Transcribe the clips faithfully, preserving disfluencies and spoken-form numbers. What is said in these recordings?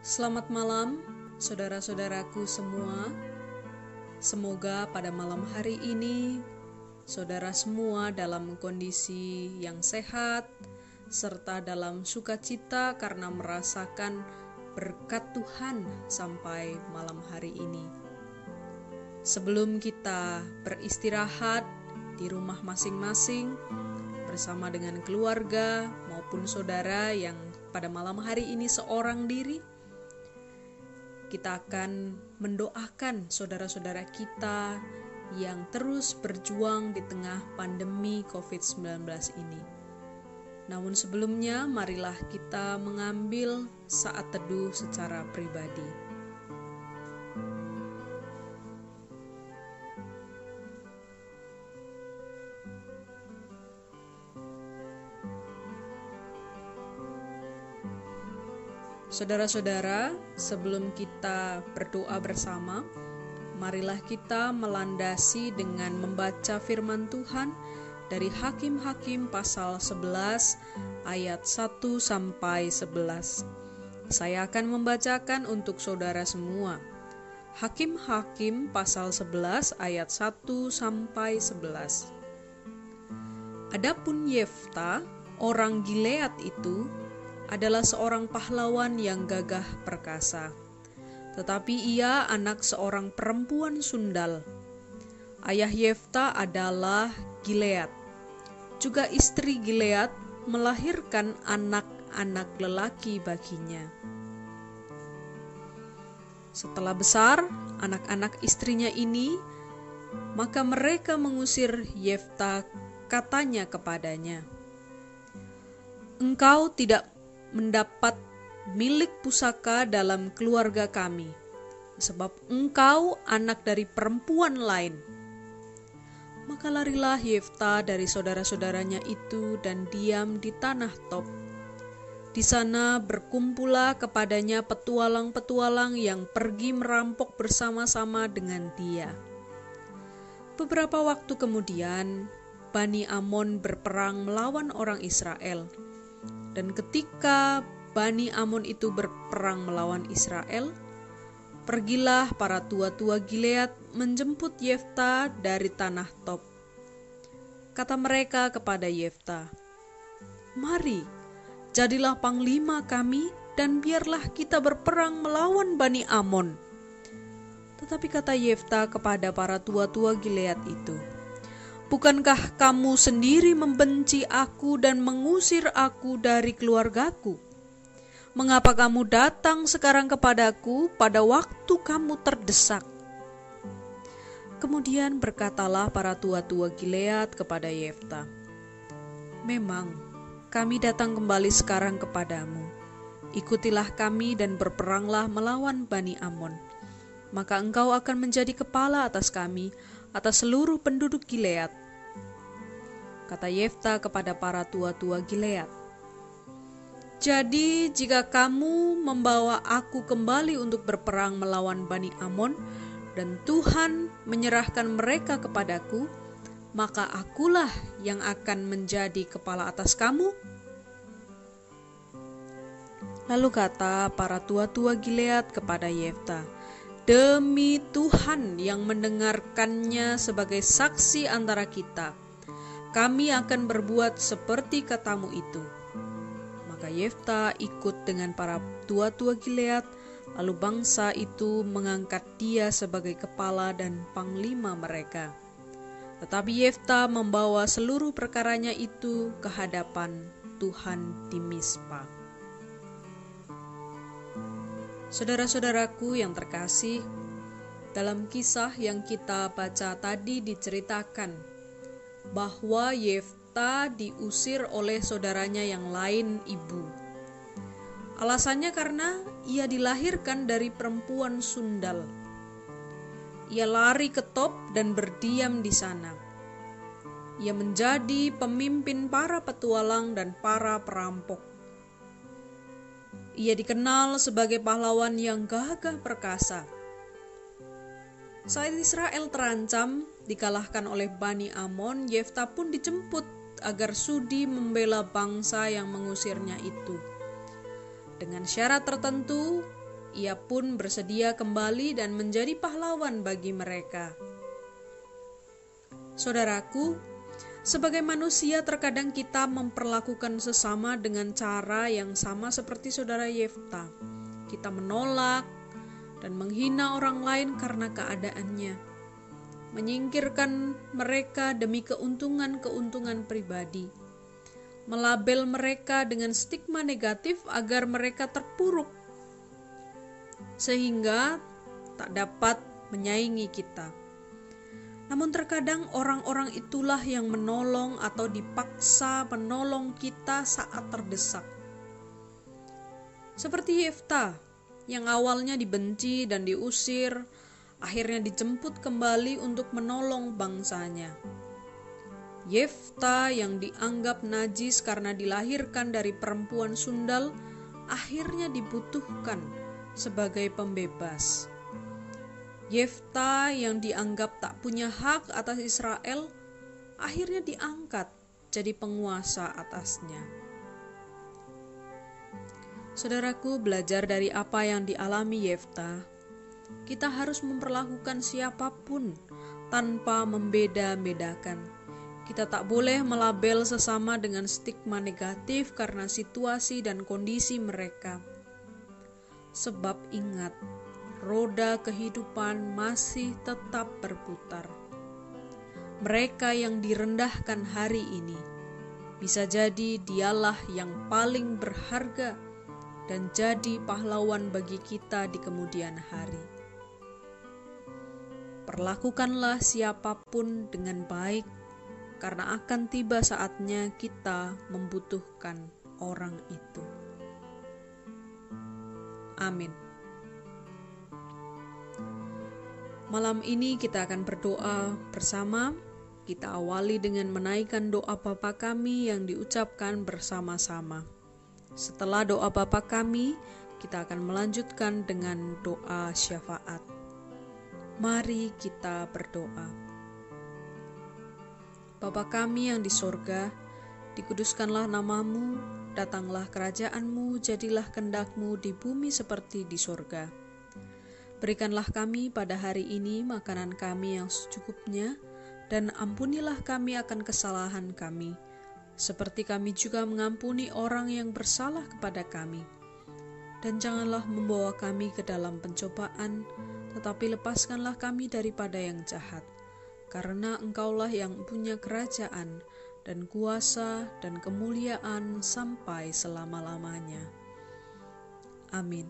Selamat malam, saudara-saudaraku semua. Semoga pada malam hari ini, saudara semua dalam kondisi yang sehat, serta dalam sukacita karena merasakan berkat Tuhan sampai malam hari ini. Sebelum kita beristirahat di rumah masing-masing, bersama dengan keluarga maupun saudara yang pada malam hari ini seorang diri, kita akan mendoakan saudara-saudara kita yang terus berjuang di tengah pandemi covid sembilan belas ini. Namun sebelumnya, marilah kita mengambil saat teduh secara pribadi. Saudara-saudara, sebelum kita berdoa bersama, marilah kita melandasi dengan membaca firman Tuhan dari Hakim-Hakim pasal sebelas ayat satu sampai sebelas. Saya akan membacakan untuk saudara semua. Hakim-Hakim pasal sebelas ayat satu sampai sebelas. Adapun Yefta, orang Gilead itu, adalah seorang pahlawan yang gagah perkasa. Tetapi ia anak seorang perempuan sundal. Ayah Yefta adalah Gilead. Juga istri Gilead melahirkan anak-anak lelaki baginya. Setelah besar anak-anak istrinya ini, maka mereka mengusir Yefta, katanya kepadanya, "Engkau tidak mendapat milik pusaka dalam keluarga kami, sebab engkau anak dari perempuan lain." Maka larilah Yefta dari saudara-saudaranya itu dan diam di tanah Tob. Di sana berkumpullah kepadanya petualang-petualang yang pergi merampok bersama-sama dengan dia. Beberapa waktu kemudian, Bani Amon berperang melawan orang Israel. Dan ketika Bani Amon itu berperang melawan Israel, pergilah para tua-tua Gilead menjemput Yefta dari tanah Tob. Kata mereka kepada Yefta, "Mari, jadilah panglima kami dan biarlah kita berperang melawan Bani Amon." Tetapi kata Yefta kepada para tua-tua Gilead itu, "Bukankah kamu sendiri membenci aku dan mengusir aku dari keluargaku? Mengapa kamu datang sekarang kepadaku pada waktu kamu terdesak?" Kemudian berkatalah para tua-tua Gilead kepada Yefta, "Memang kami datang kembali sekarang kepadamu. Ikutilah kami dan berperanglah melawan Bani Amon. Maka engkau akan menjadi kepala atas kami, atas seluruh penduduk Gilead." Kata Yefta kepada para tua-tua Gilead, "Jadi jika kamu membawa aku kembali untuk berperang melawan Bani Amon, dan Tuhan menyerahkan mereka kepadaku, maka akulah yang akan menjadi kepala atas kamu?" Lalu kata para tua-tua Gilead kepada Yefta, "Demi Tuhan yang mendengarkannya sebagai saksi antara kita, kami akan berbuat seperti katamu itu." Maka Yefta ikut dengan para tua-tua Gilead, lalu bangsa itu mengangkat dia sebagai kepala dan panglima mereka. Tetapi Yefta membawa seluruh perkaranya itu ke hadapan Tuhan di Mispa. Saudara-saudaraku yang terkasih, dalam kisah yang kita baca tadi diceritakan bahwa Yefta diusir oleh saudaranya yang lain, ibu. Alasannya karena ia dilahirkan dari perempuan sundal. Ia lari ke Tob dan berdiam di sana. Ia menjadi pemimpin para petualang dan para perampok. Ia dikenal sebagai pahlawan yang gagah perkasa. Saat Israel terancam dikalahkan oleh Bani Amon, Yefta pun dijemput agar sudi membela bangsa yang mengusirnya itu. Dengan syarat tertentu, ia pun bersedia kembali dan menjadi pahlawan bagi mereka. Saudaraku, sebagai manusia terkadang kita memperlakukan sesama dengan cara yang sama seperti saudara Yefta. Kita menolak dan menghina orang lain karena keadaannya, menyingkirkan mereka demi keuntungan-keuntungan pribadi, melabel mereka dengan stigma negatif agar mereka terpuruk, sehingga tak dapat menyaingi kita. Namun terkadang orang-orang itulah yang menolong atau dipaksa menolong kita saat terdesak. Seperti Yefta yang awalnya dibenci dan diusir, akhirnya dijemput kembali untuk menolong bangsanya. Yefta yang dianggap najis karena dilahirkan dari perempuan sundal, akhirnya dibutuhkan sebagai pembebas. Yefta yang dianggap tak punya hak atas Israel, akhirnya diangkat jadi penguasa atasnya. Saudaraku, belajar dari apa yang dialami Yefta, kita harus memperlakukan siapapun tanpa membeda-bedakan. Kita tak boleh melabel sesama dengan stigma negatif karena situasi dan kondisi mereka. Sebab ingat, roda kehidupan masih tetap berputar. Mereka yang direndahkan hari ini, bisa jadi dialah yang paling berharga dan jadi pahlawan bagi kita di kemudian hari. Perlakukanlah siapapun dengan baik, karena akan tiba saatnya kita membutuhkan orang itu. Amin. Malam ini kita akan berdoa bersama. Kita awali dengan menaikkan doa Bapa kami yang diucapkan bersama-sama. Setelah doa Bapa kami, kita akan melanjutkan dengan doa syafaat. Mari kita berdoa. Bapa kami yang di sorga, dikuduskanlah namamu, datanglah kerajaanmu, jadilah kehendak-mu di bumi seperti di sorga. Berikanlah kami pada hari ini makanan kami yang secukupnya, dan ampunilah kami akan kesalahan kami, seperti kami juga mengampuni orang yang bersalah kepada kami. Dan janganlah membawa kami ke dalam pencobaan, tetapi lepaskanlah kami daripada yang jahat, karena Engkaulah yang punya kerajaan, dan kuasa, dan kemuliaan sampai selama-lamanya. Amin.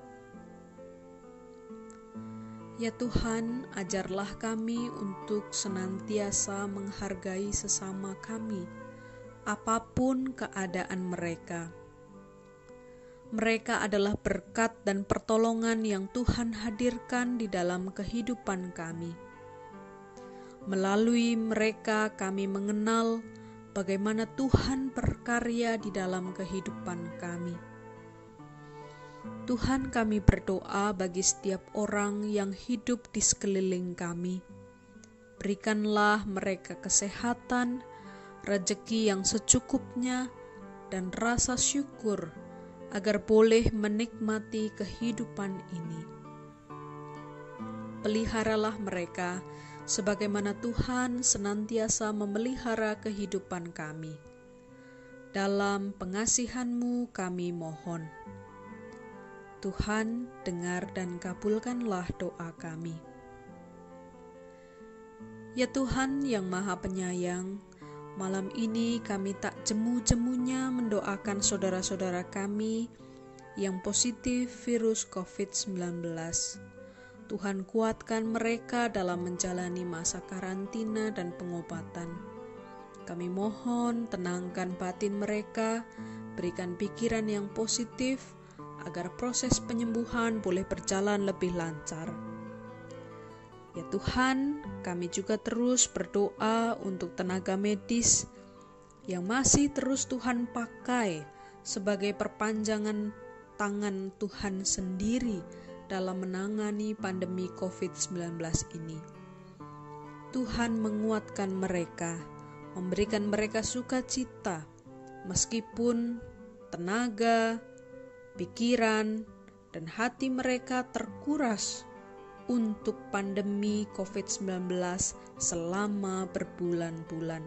Ya Tuhan, ajarlah kami untuk senantiasa menghargai sesama kami, apapun keadaan mereka. Mereka adalah berkat dan pertolongan yang Tuhan hadirkan di dalam kehidupan kami. Melalui mereka kami mengenal bagaimana Tuhan berkarya di dalam kehidupan kami. Tuhan, kami berdoa bagi setiap orang yang hidup di sekeliling kami. Berikanlah mereka kesehatan, rezeki yang secukupnya, dan rasa syukur agar boleh menikmati kehidupan ini. Peliharalah mereka sebagaimana Tuhan senantiasa memelihara kehidupan kami. Dalam pengasihan-Mu kami mohon. Tuhan, dengar dan kabulkanlah doa kami. Ya Tuhan yang Maha Penyayang, malam ini kami tak jemu-jemunya mendoakan saudara-saudara kami yang positif virus covid sembilan belas. Tuhan, kuatkan mereka dalam menjalani masa karantina dan pengobatan. Kami mohon tenangkan batin mereka, berikan pikiran yang positif, agar proses penyembuhan boleh berjalan lebih lancar. Ya Tuhan, kami juga terus berdoa untuk tenaga medis yang masih terus Tuhan pakai sebagai perpanjangan tangan Tuhan sendiri dalam menangani pandemi covid sembilan belas ini. Tuhan menguatkan mereka, memberikan mereka sukacita, meskipun tenaga, pikiran, dan hati mereka terkuras untuk pandemi covid sembilan belas selama berbulan-bulan.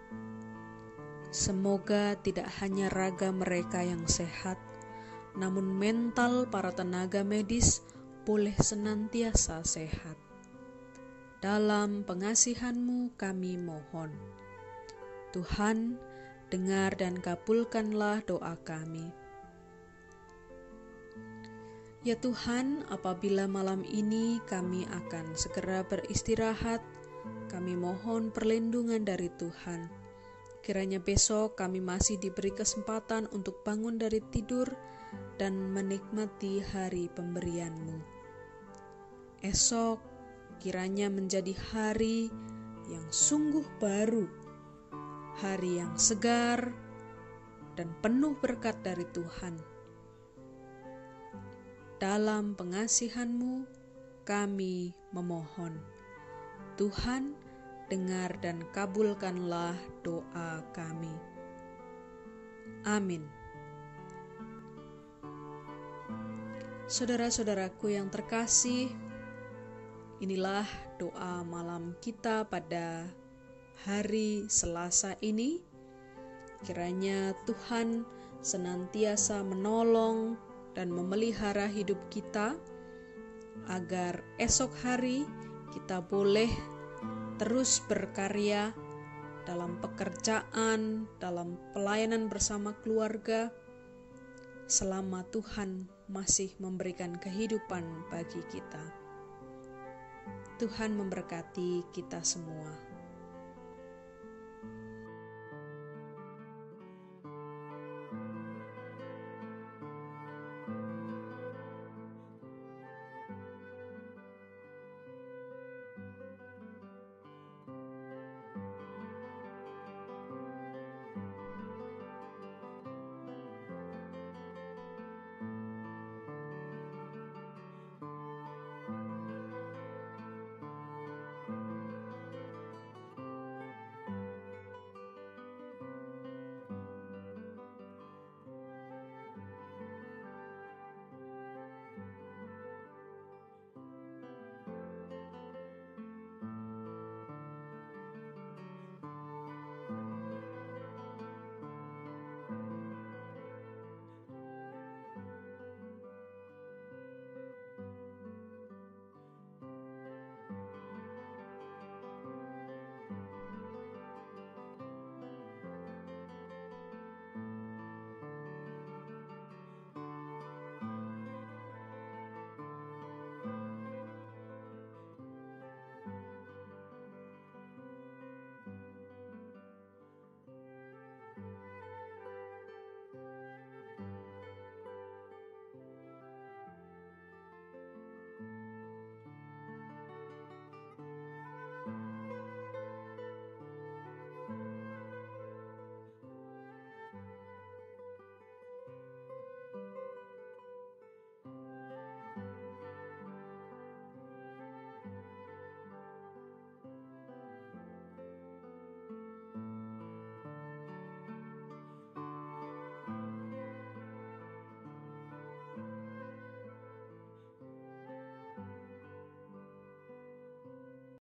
Semoga tidak hanya raga mereka yang sehat, namun mental para tenaga medis boleh senantiasa sehat. Dalam pengasihan-Mu kami mohon. Tuhan, dengar dan kabulkanlah doa kami. Ya Tuhan, apabila malam ini kami akan segera beristirahat, kami mohon perlindungan dari Tuhan. Kiranya besok kami masih diberi kesempatan untuk bangun dari tidur dan menikmati hari pemberian-Mu. Esok kiranya menjadi hari yang sungguh baru, hari yang segar dan penuh berkat dari Tuhan. Dalam pengasihan-Mu kami memohon. Tuhan, dengar dan kabulkanlah doa kami. Amin. Saudara-saudaraku yang terkasih, inilah doa malam kita pada hari Selasa ini. Kiranya Tuhan senantiasa menolong dan memelihara hidup kita, agar esok hari kita boleh terus berkarya dalam pekerjaan, dalam pelayanan bersama keluarga, selama Tuhan masih memberikan kehidupan bagi kita. Tuhan memberkati kita semua.